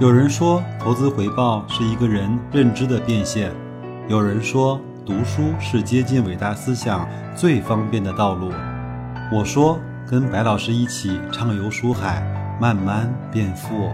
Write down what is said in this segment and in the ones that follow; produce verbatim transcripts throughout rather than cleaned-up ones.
有人说，投资回报是一个人认知的变现；有人说，读书是接近伟大思想最方便的道路。我说，跟白老师一起畅游书海，慢慢变富。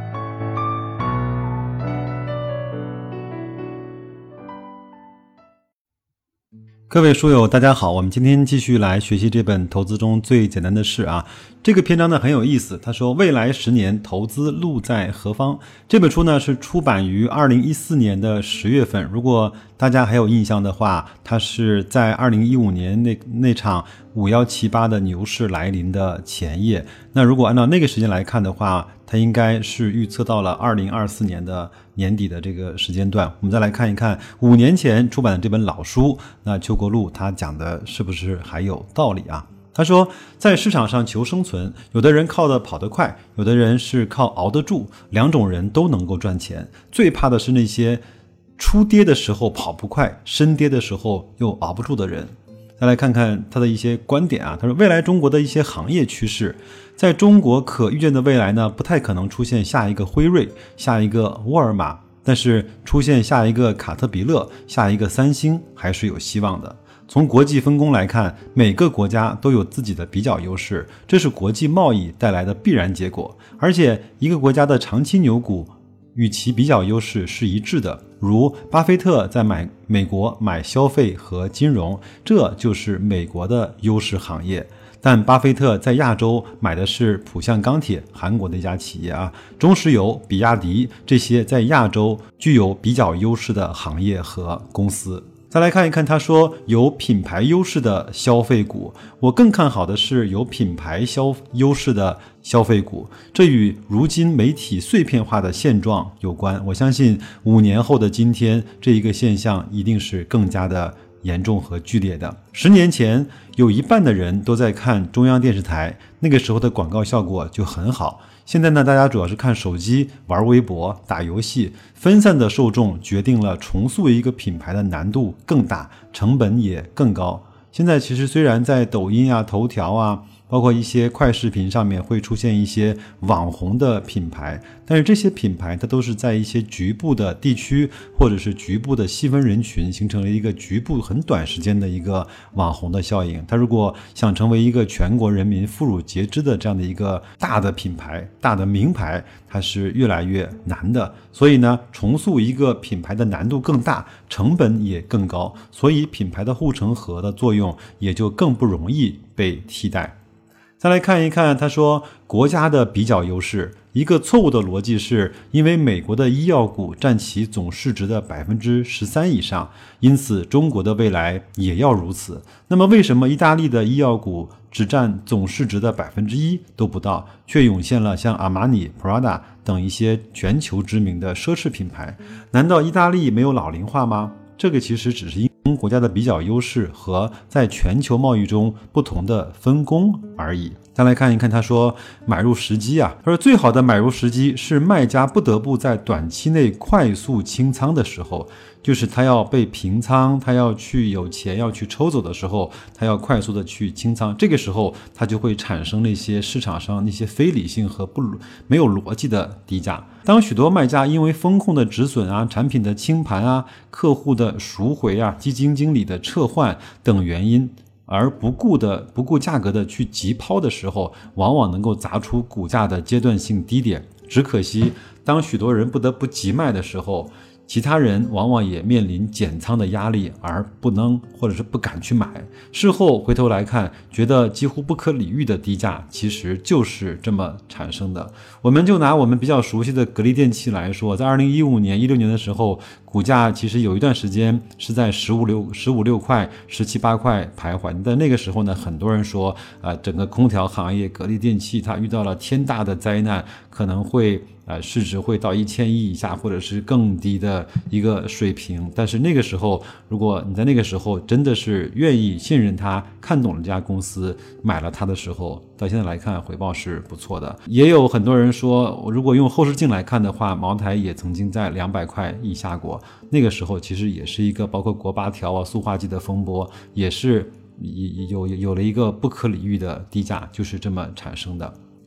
各位书友大家好，我们今天继续来学习这本投资中最简单的事啊。这个篇章呢很有意思，他说未来十年投资路在何方。这本书呢是出版于二零一四年的十月份，如果大家还有印象的话，它是在二零一五年那那场五一七八的牛市来临的前夜。那如果按照那个时间来看的话，它应该是预测到了二零二四年的年底的这个时间段。我们再来看一看五年前出版的这本老书，那邱国鹭他讲的是不是还有道理啊？他说，在市场上求生存，有的人靠得跑得快，有的人是靠熬得住，两种人都能够赚钱。最怕的是那些初跌的时候跑不快，深跌的时候又熬不住的人。再来看看他的一些观点啊，他说未来中国的一些行业趋势，在中国可预见的未来呢，不太可能出现下一个辉瑞，下一个沃尔玛，但是出现下一个卡特彼勒，下一个三星还是有希望的。从国际分工来看，每个国家都有自己的比较优势，这是国际贸易带来的必然结果。而且一个国家的长期牛股与其比较优势是一致的，如巴菲特在买美国买消费和金融，这就是美国的优势行业。但巴菲特在亚洲买的是浦项钢铁，韩国的一家企业啊，中石油、比亚迪这些在亚洲具有比较优势的行业和公司。再来看一看，他说有品牌优势的消费股，我更看好的是有品牌消优势的消费股，这与如今媒体碎片化的现状有关。我相信五年后的今天，这一个现象一定是更加的严重和剧烈的。十年前，有一半的人都在看中央电视台，那个时候的广告效果就很好。现在呢，大家主要是看手机、玩微博、打游戏，分散的受众决定了重塑一个品牌的难度更大，成本也更高。现在其实虽然在抖音啊、头条啊，包括一些快视频上面会出现一些网红的品牌，但是这些品牌它都是在一些局部的地区或者是局部的细分人群形成了一个局部很短时间的一个网红的效应。它如果想成为一个全国人民妇孺皆知的这样的一个大的品牌、大的名牌，它是越来越难的。所以呢，重塑一个品牌的难度更大，成本也更高，所以品牌的护城河的作用也就更不容易被替代。再来看一看，他说国家的比较优势，一个错误的逻辑是因为美国的医药股占其总市值的 百分之十三 以上，因此中国的未来也要如此。那么为什么意大利的医药股只占总市值的 百分之一 都不到，却涌现了像阿玛尼、Prada 等一些全球知名的奢侈品牌？难道意大利没有老龄化吗？这个其实只是因国家的比较优势和在全球贸易中不同的分工而已。再来看一看，他说买入时机啊，他说最好的买入时机是卖家不得不在短期内快速清仓的时候，就是他要被平仓，他要去有钱要去抽走的时候，他要快速的去清仓，这个时候他就会产生那些市场上那些非理性和不没有逻辑的低价。当许多卖家因为风控的止损啊、产品的清盘啊、客户的赎回啊、基金经理的撤换等原因而不顾的不顾价格的去急抛的时候，往往能够砸出股价的阶段性低点。只可惜当许多人不得不急卖的时候，其他人往往也面临减仓的压力而不能或者是不敢去买。事后回头来看，觉得几乎不可理喻的低价其实就是这么产生的。我们就拿我们比较熟悉的格力电器来说，在二零一五年一六年的时候，股价其实有一段时间是在十五六十五六块、十七八块徘徊。但那个时候呢，很多人说啊、呃，整个空调行业格力电器它遇到了天大的灾难，可能会呃，市值会到一千亿以下，或者是更低的一个水平。但是那个时候，如果你在那个时候真的是愿意信任它，看懂了这家公司，买了它的时候，到现在来看回报是不错的。也有很多人说，如果用后视镜来看的话，茅台也曾经在两百块以下过，那个时候其实也是一个包括国八条啊、塑化剂的风波，也是有有有了一个不可理喻的低价，就是这么产生的。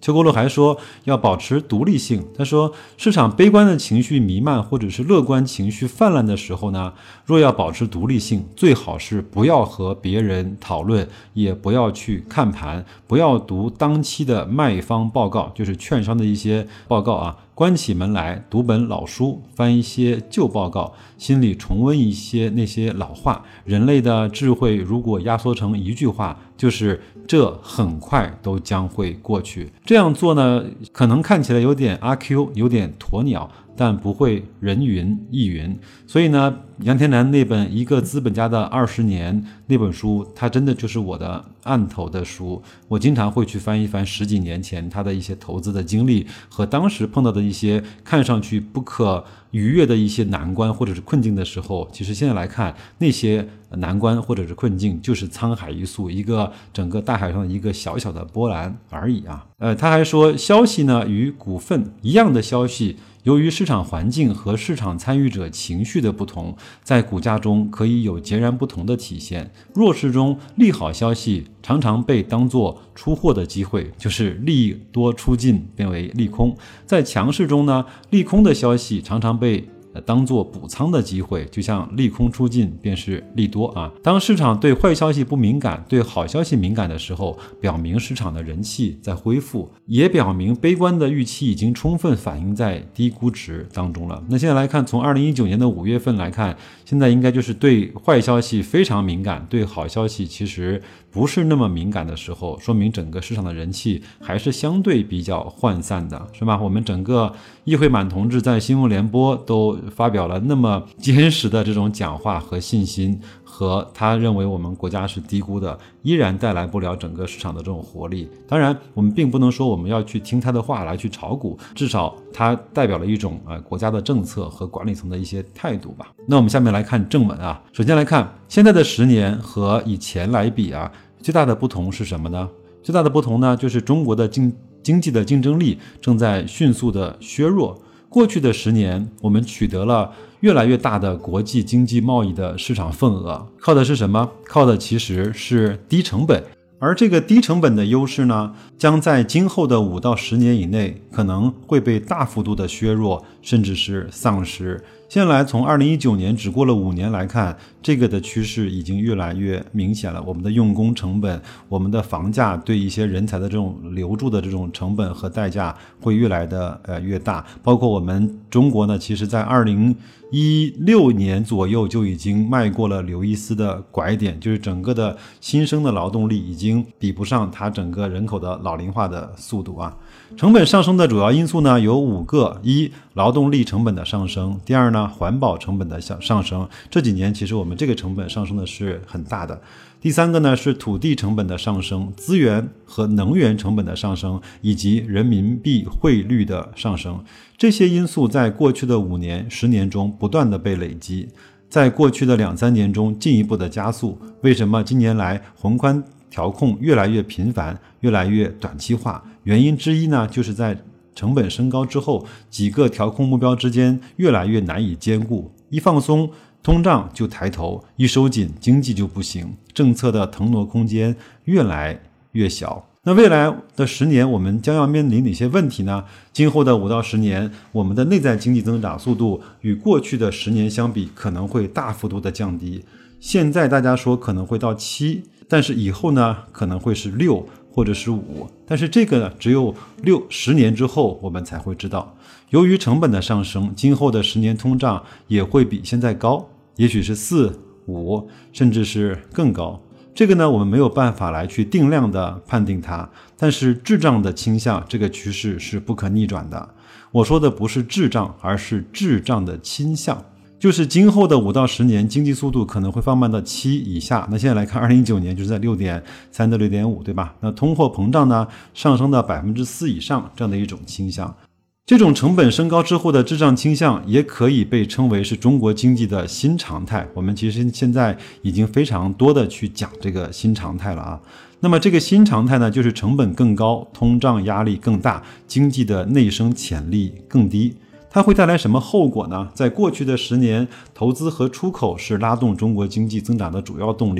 邱国鹭还说要保持独立性，他说市场悲观的情绪弥漫或者是乐观情绪泛滥的时候呢，若要保持独立性，最好是不要和别人讨论，也不要去看盘，不要读当期的卖方报告，就是券商的一些报告啊，关起门来读本老书，翻一些旧报告，心里重温一些那些老话。人类的智慧如果压缩成一句话，就是这很快都将会过去。这样做呢，可能看起来有点阿 Q， 有点鸵鸟，但不会人云亦云。所以呢，杨天南那本《一个资本家的二十年》那本书，它真的就是我的案头的书。我经常会去翻一翻十几年前他的一些投资的经历和当时碰到的一些看上去不可逾越的一些难关或者是困境的时候，其实现在来看，那些难关或者是困境就是沧海一粟，一个整个大海上的一个小小的波澜而已啊。呃，他还说，消息呢与股份一样的消息，由于市场环境和市场参与者情绪的不同，在股价中可以有截然不同的体现。弱势中，利好消息常常被当作出货的机会，就是利多出尽变为利空；在强势中呢，利空的消息常常被当作补仓的机会，就像利空出尽便是利多啊。当市场对坏消息不敏感，对好消息敏感的时候，表明市场的人气在恢复，也表明悲观的预期已经充分反映在低估值当中了。那现在来看，从二零一九年的五月份来看，现在应该就是对坏消息非常敏感，对好消息其实不是那么敏感的时候，说明整个市场的人气还是相对比较涣散的，是吧？我们整个议会满同志在新闻联播都发表了那么坚实的这种讲话和信心，和他认为我们国家是低估的，依然带来不了整个市场的这种活力。当然我们并不能说我们要去听他的话来去炒股，至少他代表了一种呃国家的政策和管理层的一些态度吧。那我们下面来看正文啊，首先来看现在的十年和以前来比啊，最大的不同是什么呢？最大的不同呢，就是中国的经经济的竞争力正在迅速的削弱。过去的十年，我们取得了越来越大的国际经济贸易的市场份额，靠的是什么？靠的其实是低成本。而这个低成本的优势呢，将在今后的五到十年以内可能会被大幅度的削弱，甚至是丧失。现在来从二零一九年只过了五年来看，这个的趋势已经越来越明显了。我们的用工成本，我们的房价对一些人才的这种留住的这种成本和代价会越来的呃越大。包括我们中国呢，其实在二零一六年左右就已经迈过了刘易斯的拐点，就是整个的新生的劳动力已经比不上它整个人口的老龄化的速度啊。成本上升的主要因素呢有五个：一、劳动力成本的上升；第二呢，环保成本的上升。这几年其实我们这个成本上升的是很大的。第三个呢是土地成本的上升，资源和能源成本的上升，以及人民币汇率的上升。这些因素在过去的五年、十年中不断的被累积，在过去的两三年中进一步的加速。为什么近年来宏观调控越来越频繁，越来越短期化？原因之一呢，就是在成本升高之后，几个调控目标之间越来越难以兼顾。一放松，通胀就抬头；一收紧，经济就不行。政策的腾挪空间越来越小。那未来的十年，我们将要面临哪些问题呢？今后的五到十年，我们的内在经济增长速度与过去的十年相比，可能会大幅度的降低。现在大家说可能会到七，但是以后呢，可能会是六或者是五，但是这个呢，只有六十年之后我们才会知道。由于成本的上升，今后的十年通胀也会比现在高，也许是四、五，甚至是更高。这个呢，我们没有办法来去定量的判定它，但是滞胀的倾向，这个趋势是不可逆转的。我说的不是滞胀，而是滞胀的倾向。就是今后的五到十年，经济速度可能会放慢到七以下。那现在来看，二零一九年就是在六点三到六点五，对吧？那通货膨胀呢，上升到百分之四以上，这样的一种倾向。这种成本升高之后的滞胀倾向，也可以被称为是中国经济的新常态。我们其实现在已经非常多的去讲这个新常态了啊。那么这个新常态呢，就是成本更高，通胀压力更大，经济的内生潜力更低。它会带来什么后果呢？在过去的十年，投资和出口是拉动中国经济增长的主要动力。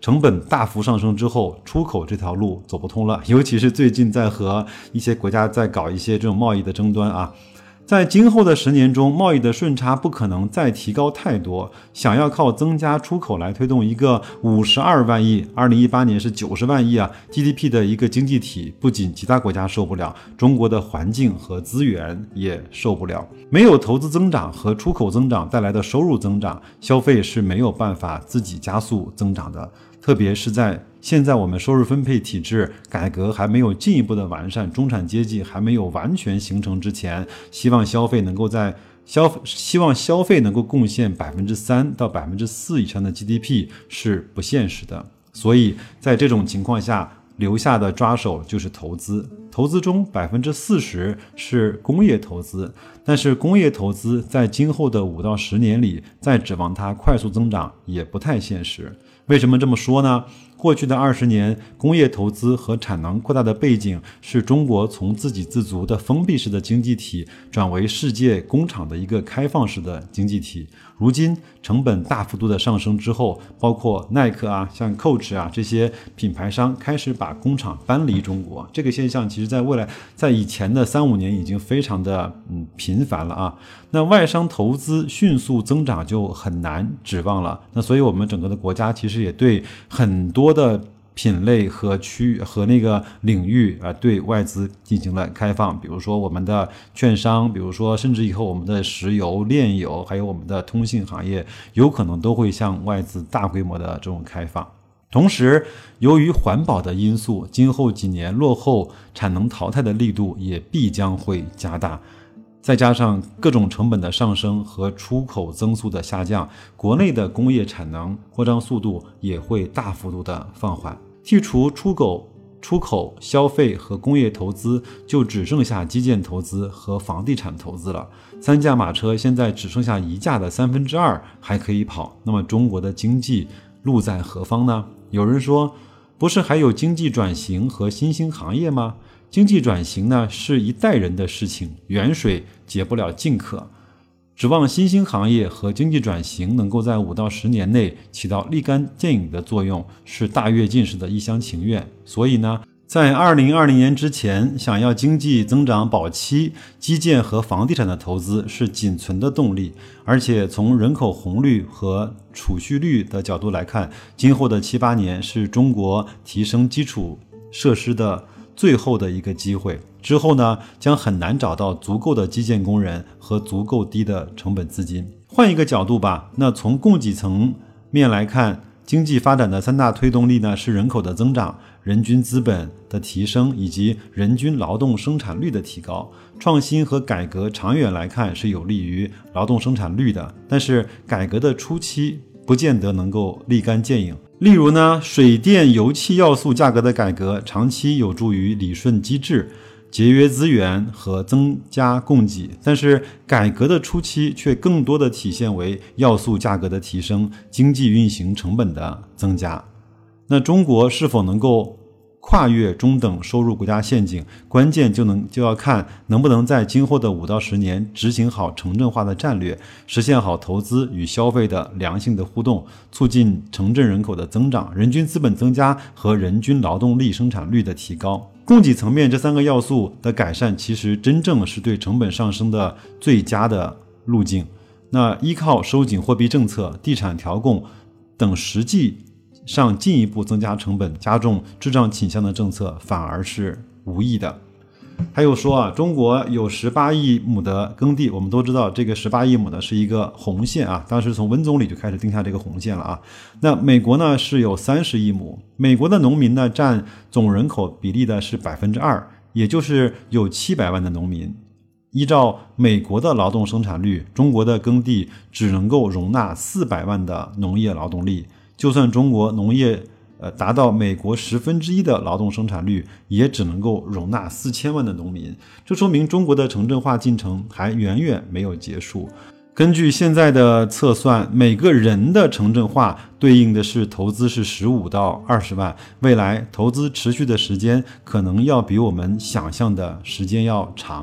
成本大幅上升之后，出口这条路走不通了，尤其是最近在和一些国家在搞一些这种贸易的争端啊。在今后的十年中，贸易的顺差不可能再提高太多，想要靠增加出口来推动一个五十二万亿，二零一八年是九十万亿啊 G D P 的一个经济体，不仅其他国家受不了，中国的环境和资源也受不了。没有投资增长和出口增长带来的收入增长，消费是没有办法自己加速增长的。特别是在现在我们收入分配体制改革还没有进一步的完善，中产阶级还没有完全形成之前，希望消费能够在消希望消费能够贡献百分之三到百分之四以上的 G D P 是不现实的。所以在这种情况下，留下的抓手就是投资。投资中百分之四十是工业投资，但是工业投资在今后的五到十年里，再指望它快速增长也不太现实。为什么这么说呢？过去的二十年，工业投资和产能扩大的背景是中国从自给自足的封闭式的经济体转为世界工厂的一个开放式的经济体。如今成本大幅度的上升之后，包括耐克啊、像 Coach 啊这些品牌商开始把工厂搬离中国。这个现象其实在未来，在以前的三五年已经非常的嗯频繁了啊。那外商投资迅速增长就很难指望了。那所以我们整个的国家其实也对很多的品类和区和那个领域啊，对外资进行了开放，比如说我们的券商，比如说甚至以后我们的石油、炼油，还有我们的通信行业，有可能都会向外资大规模的这种开放。同时，由于环保的因素，今后几年落后产能淘汰的力度也必将会加大。再加上各种成本的上升和出口增速的下降，国内的工业产能扩张速度也会大幅度的放缓。剔除出口、出口、消费和工业投资，就只剩下基建投资和房地产投资了。三驾马车现在只剩下一驾的三分之二还可以跑，那么中国的经济路在何方呢？有人说，不是还有经济转型和新兴行业吗？经济转型呢是一代人的事情，远水解不了近渴。指望新兴行业和经济转型能够在五到十年内起到立竿见影的作用，是大跃进式的一厢情愿。所以呢，在二零二零年之前，想要经济增长保期，基建和房地产的投资是仅存的动力。而且从人口红率和储蓄率的角度来看，今后的七八年是中国提升基础设施的最后的一个机会，之后呢，将很难找到足够的基建工人和足够低的成本资金。换一个角度吧，那从供给层面来看，经济发展的三大推动力呢是人口的增长、人均资本的提升以及人均劳动生产率的提高。创新和改革长远来看是有利于劳动生产率的，但是改革的初期不见得能够立竿见影。例如呢，水电油气要素价格的改革长期有助于理顺机制、节约资源和增加供给，但是改革的初期却更多的体现为要素价格的提升、经济运行成本的增加。那中国是否能够跨越中等收入国家陷阱，关键就能就要看能不能在今后的五到十年执行好城镇化的战略，实现好投资与消费的良性的互动，促进城镇人口的增长、人均资本增加和人均劳动力生产率的提高。供给层面这三个要素的改善，其实真正是对成本上升的最佳的路径。那依靠收紧货币政策、地产调控等实际上进一步增加成本、加重滞胀倾向的政策反而是无益的。还有说啊，中国有十八亿亩的耕地，我们都知道这个十八亿亩呢是一个红线啊，当时从温总理就开始定下这个红线了啊。那美国呢是有三十亿亩，美国的农民呢占总人口比例的是百分之二，也就是有七百万的农民。依照美国的劳动生产率，中国的耕地只能够容纳四百万的农业劳动力。就算中国农业呃达到美国十分之一的劳动生产率，也只能够容纳四千万的农民。这说明中国的城镇化进程还远远没有结束。根据现在的测算，每个人的城镇化对应的是投资是十五到二十万，未来投资持续的时间可能要比我们想象的时间要长。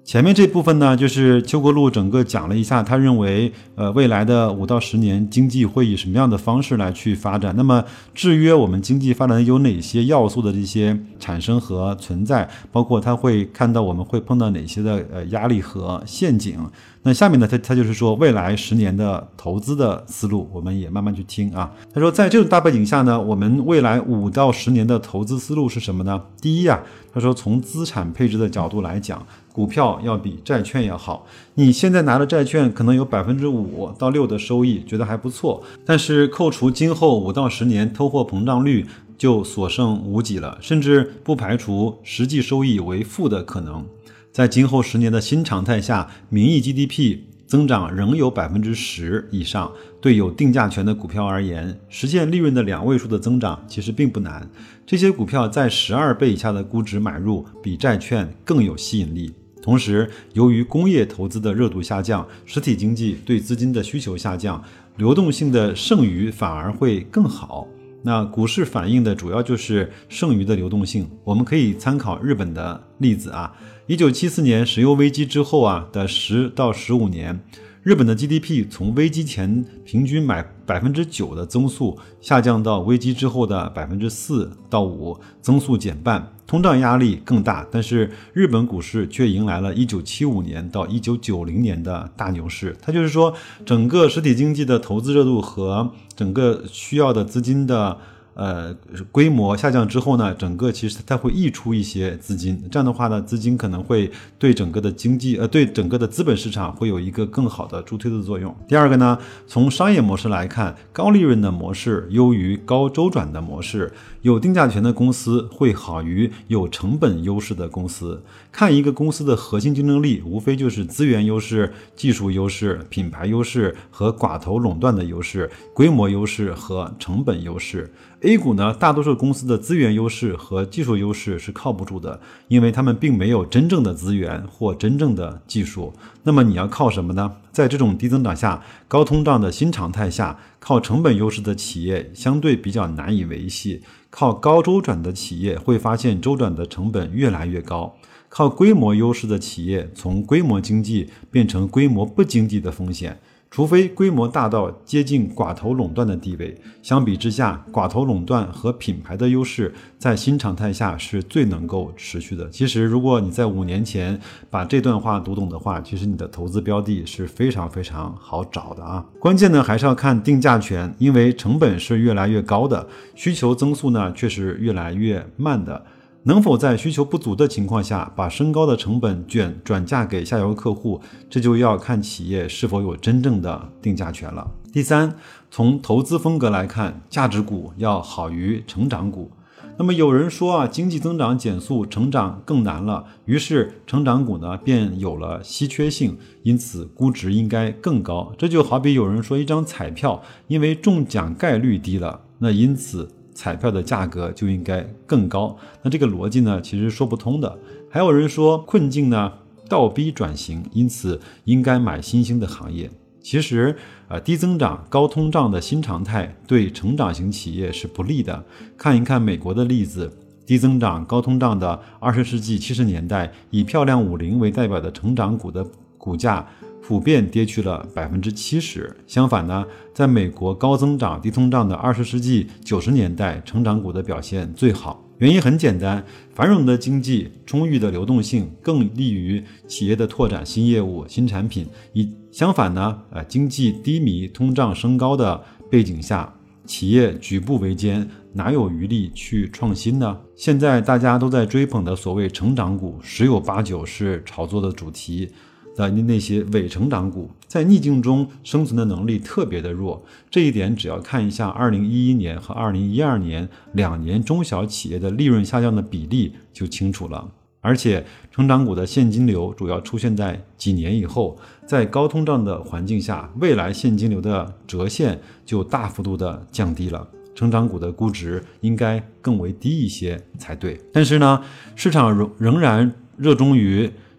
前面这部分呢，就是邱国鹭整个讲了一下，他认为呃未来的五到十年经济会以什么样的方式来去发展。那么制约我们经济发展有哪些要素的这些产生和存在，包括他会看到我们会碰到哪些的呃压力和陷阱。那下面呢，他他就是说未来十年的投资的思路，我们也慢慢去听啊。他说，在这种大背景下呢，我们未来五到十年的投资思路是什么呢？第一啊，他说从资产配置的角度来讲，股票要比债券要好。你现在拿的债券可能有百分之五到六的收益，觉得还不错，但是扣除今后五到十年通货膨胀率，就所剩无几了，甚至不排除实际收益为负的可能。在今后十年的新常态下，名义 G D P 增长仍有 百分之十 以上，对有定价权的股票而言，实现利润的两位数的增长其实并不难。这些股票在十二倍以下的估值买入，比债券更有吸引力。同时，由于工业投资的热度下降，实体经济对资金的需求下降，流动性的剩余反而会更好。那股市反映的主要就是剩余的流动性。我们可以参考日本的例子啊，一九七四年石油危机之后啊的十到十五年，日本的 G D P 从危机前平均买 百分之九 的增速下降到危机之后的 百分之四到五， 增速减半，通胀压力更大，但是日本股市却迎来了一九七五年到一九九零年的大牛市。它就是说，整个实体经济的投资热度和整个需要的资金的呃，规模下降之后呢，整个其实它会溢出一些资金，这样的话呢，资金可能会对整个的经济呃，对整个的资本市场会有一个更好的助推的作用。第二个呢，从商业模式来看，高利润的模式优于高周转的模式，有定价权的公司会好于有成本优势的公司。看一个公司的核心竞争力，无非就是资源优势、技术优势、品牌优势和寡头垄断的优势、规模优势和成本优势。A 股呢，大多数公司的资源优势和技术优势是靠不住的，因为他们并没有真正的资源或真正的技术。那么你要靠什么呢？在这种低增长下、高通胀的新常态下，靠成本优势的企业相对比较难以维系，靠高周转的企业会发现周转的成本越来越高，靠规模优势的企业从规模经济变成规模不经济的风险。除非规模大到接近寡头垄断的地位，相比之下，寡头垄断和品牌的优势在新常态下是最能够持续的。其实如果你在五年前把这段话读懂的话，其实你的投资标的是非常非常好找的啊。关键呢还是要看定价权，因为成本是越来越高的，需求增速呢却是越来越慢的。能否在需求不足的情况下把升高的成本卷转嫁给下游客户，这就要看企业是否有真正的定价权了。第三，从投资风格来看，价值股要好于成长股。那么有人说啊，经济增长减速，成长更难了，于是成长股呢便有了稀缺性，因此估值应该更高。这就好比有人说，一张彩票因为中奖概率低了，那因此彩票的价格就应该更高，那这个逻辑呢其实说不通的。还有人说困境呢倒逼转型，因此应该买新兴的行业。其实呃，低增长高通胀的新常态对成长型企业是不利的。看一看美国的例子，低增长高通胀的二十世纪七十年代，以漂亮五零为代表的成长股的股价普遍跌去了 百分之七十。 相反呢，在美国高增长低通胀的二十世纪九十年代，成长股的表现最好。原因很简单，繁荣的经济、充裕的流动性更利于企业的拓展新业务、新产品。以相反呢，呃，经济低迷、通胀升高的背景下，企业举步维艰，哪有余力去创新呢？现在大家都在追捧的所谓成长股，十有八九是炒作的主题的那些伪成长股，在逆境中生存的能力特别的弱。这一点只要看一下二零一一年和二零一二年两年中小企业的利润下降的比例就清楚了。而且成长股的现金流主要出现在几年以后，在高通胀的环境下，未来现金流的折现就大幅度的降低了，成长股的估值应该更为低一些才对。但是呢，市场仍然热衷于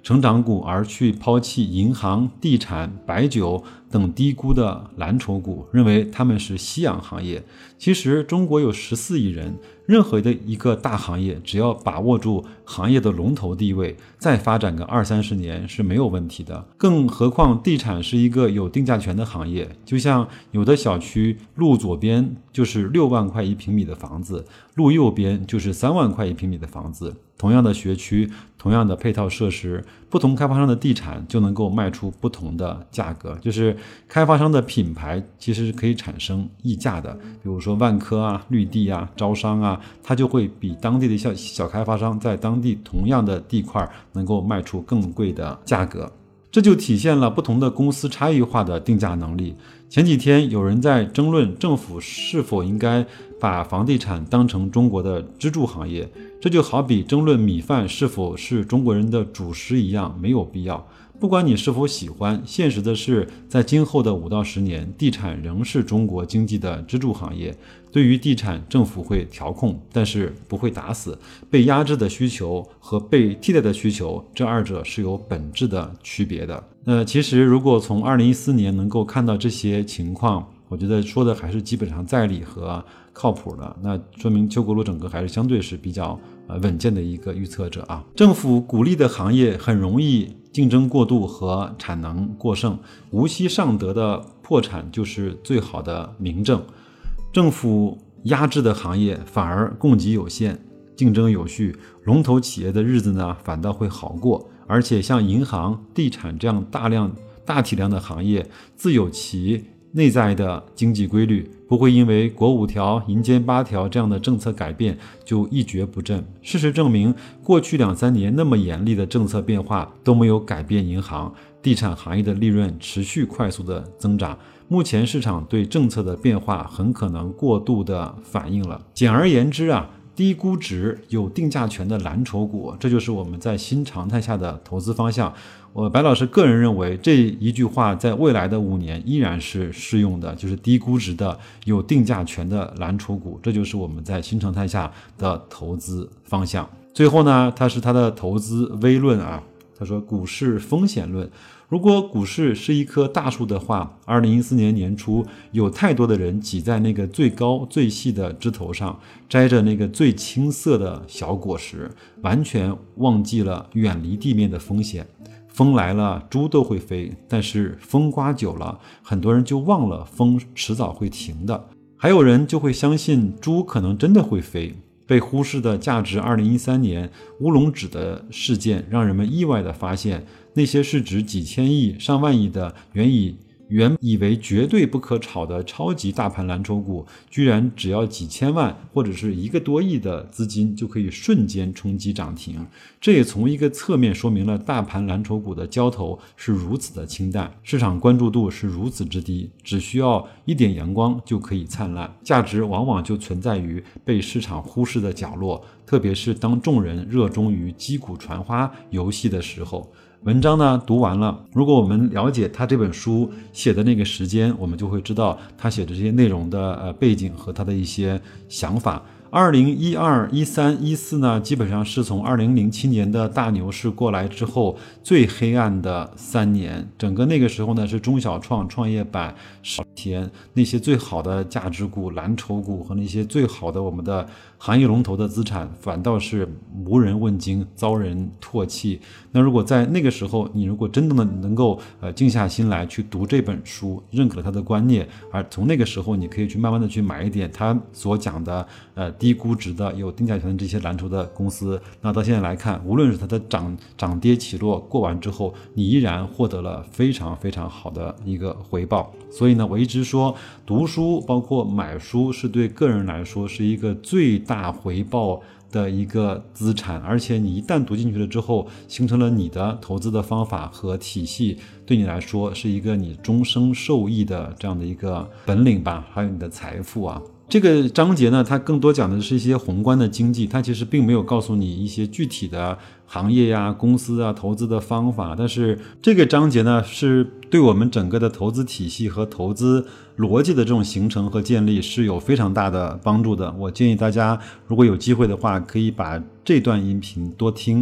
成长股，而去抛弃银行、地产、白酒等低估的蓝筹股，认为他们是夕阳行业。其实中国有十四亿人，任何的一个大行业，只要把握住行业的龙头地位，再发展个二三十年是没有问题的。更何况地产是一个有定价权的行业，就像有的小区路左边就是六万块一平米的房子，路右边就是三万块一平米的房子。同样的学区，同样的配套设施，不同开发商的地产就能够卖出不同的价格。就是开发商的品牌其实是可以产生溢价的，比如说万科啊、绿地啊、招商啊，它就会比当地的小小开发商在当地同样的地块能够卖出更贵的价格。这就体现了不同的公司差异化的定价能力。前几天有人在争论政府是否应该把房地产当成中国的支柱行业，这就好比争论米饭是否是中国人的主食一样，没有必要。不管你是否喜欢，现实的是，在今后的五到十年，地产仍是中国经济的支柱行业。对于地产，政府会调控，但是不会打死。被压制的需求和被替代的需求，这二者是有本质的区别的。那其实，如果从二零一四年能够看到这些情况，我觉得说的还是基本上在理和靠谱的，那说明邱国鹭整个还是相对是比较呃稳健的一个预测者啊。政府鼓励的行业很容易竞争过度和产能过剩，无息上得的破产就是最好的明证。政府压制的行业反而供给有限，竞争有序，龙头企业的日子呢反倒会好过。而且像银行、地产这样大量大体量的行业，自有其内在的经济规律，不会因为国五条、银监八条这样的政策改变就一蹶不振。事实证明，过去两三年那么严厉的政策变化都没有改变银行、地产行业的利润持续快速的增长。目前市场对政策的变化很可能过度的反应了。简而言之啊，低估值有定价权的蓝筹股，这就是我们在新常态下的投资方向。我白老师个人认为，这一句话在未来的五年依然是适用的，就是低估值的有定价权的蓝筹股，这就是我们在新常态下的投资方向。最后呢，它是它的投资微论啊，他说股市风险论。如果股市是一棵大树的话，二零一四年年初有太多的人挤在那个最高最细的枝头上，摘着那个最青涩的小果实，完全忘记了远离地面的风险。风来了，猪都会飞，但是风刮久了，很多人就忘了风迟早会停的。还有人就会相信猪可能真的会飞。被忽视的价值二零一三年乌龙指的事件，让人们意外地发现，那些市值几千亿、上万亿的原以原以为绝对不可炒的超级大盘蓝筹股，居然只要几千万或者是一个多亿的资金就可以瞬间冲击涨停。这也从一个侧面说明了大盘蓝筹股的交投是如此的清淡，市场关注度是如此之低，只需要一点阳光就可以灿烂，价值往往就存在于被市场忽视的角落，特别是当众人热衷于击鼓传花游戏的时候。文章呢读完了，如果我们了解他这本书写的那个时间，我们就会知道他写的这些内容的呃背景和他的一些想法。二零一二、一三、一四呢，基本上是从二零零七年的大牛市过来之后最黑暗的三年。整个那个时候呢，是中小创、创业板、少天那些最好的价值股、蓝筹股和那些最好的我们的行业龙头的资产，反倒是无人问津，遭人唾弃。那如果在那个时候，你如果真的能够呃静下心来去读这本书，认可了他的观念，而从那个时候，你可以去慢慢的去买一点他所讲的呃低估值的有定价权的这些蓝筹的公司。那到现在来看，无论是它的涨涨跌起落过完之后，你依然获得了非常非常好的一个回报。所以呢，我一直说读书包括买书是对个人来说是一个最大回报的一个资产，而且你一旦读进去了之后，形成了你的投资的方法和体系，对你来说是一个你终生受益的这样的一个本领吧，还有你的财富啊。这个章节呢，它更多讲的是一些宏观的经济，它其实并没有告诉你一些具体的行业呀、公司啊、投资的方法，但是这个章节呢，是对我们整个的投资体系和投资逻辑的这种形成和建立是有非常大的帮助的。我建议大家如果有机会的话，可以把这段音频多听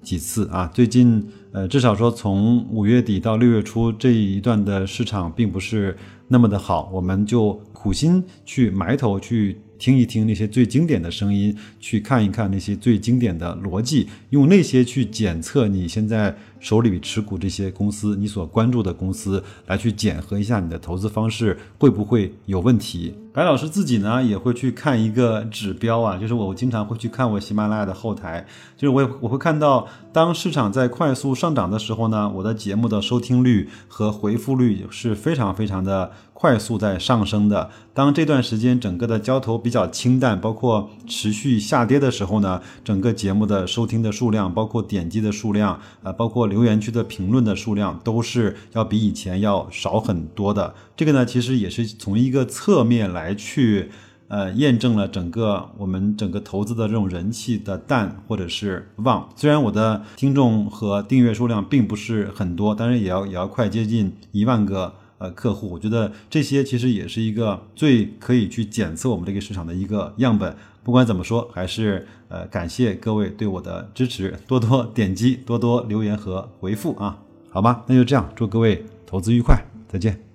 几次啊。最近呃，至少说从五月底到六月初这一段的市场并不是那么的好，我们就苦心去埋头去听一听那些最经典的声音，去看一看那些最经典的逻辑，用那些去检测你现在手里持股这些公司，你所关注的公司，来去检核一下你的投资方式会不会有问题。白老师自己呢也会去看一个指标啊，就是我经常会去看我喜马拉雅的后台，就是我也我会看到当市场在快速上涨的时候呢，我的节目的收听率和回复率是非常非常的快速在上升的。当这段时间整个的交投比较清淡，包括持续下跌的时候呢，整个节目的收听的数量，包括点击的数量，呃，包括留言区的评论的数量，都是要比以前要少很多的。这个呢，其实也是从一个侧面来去呃，验证了整个我们整个投资的这种人气的淡或者是旺。虽然我的听众和订阅数量并不是很多，但是也要也要快接近一万个呃客户。我觉得这些其实也是一个最可以去检测我们这个市场的一个样本。不管怎么说，还是呃感谢各位对我的支持，多多点击，多多留言和回复啊，好吧，那就这样，祝各位投资愉快，再见。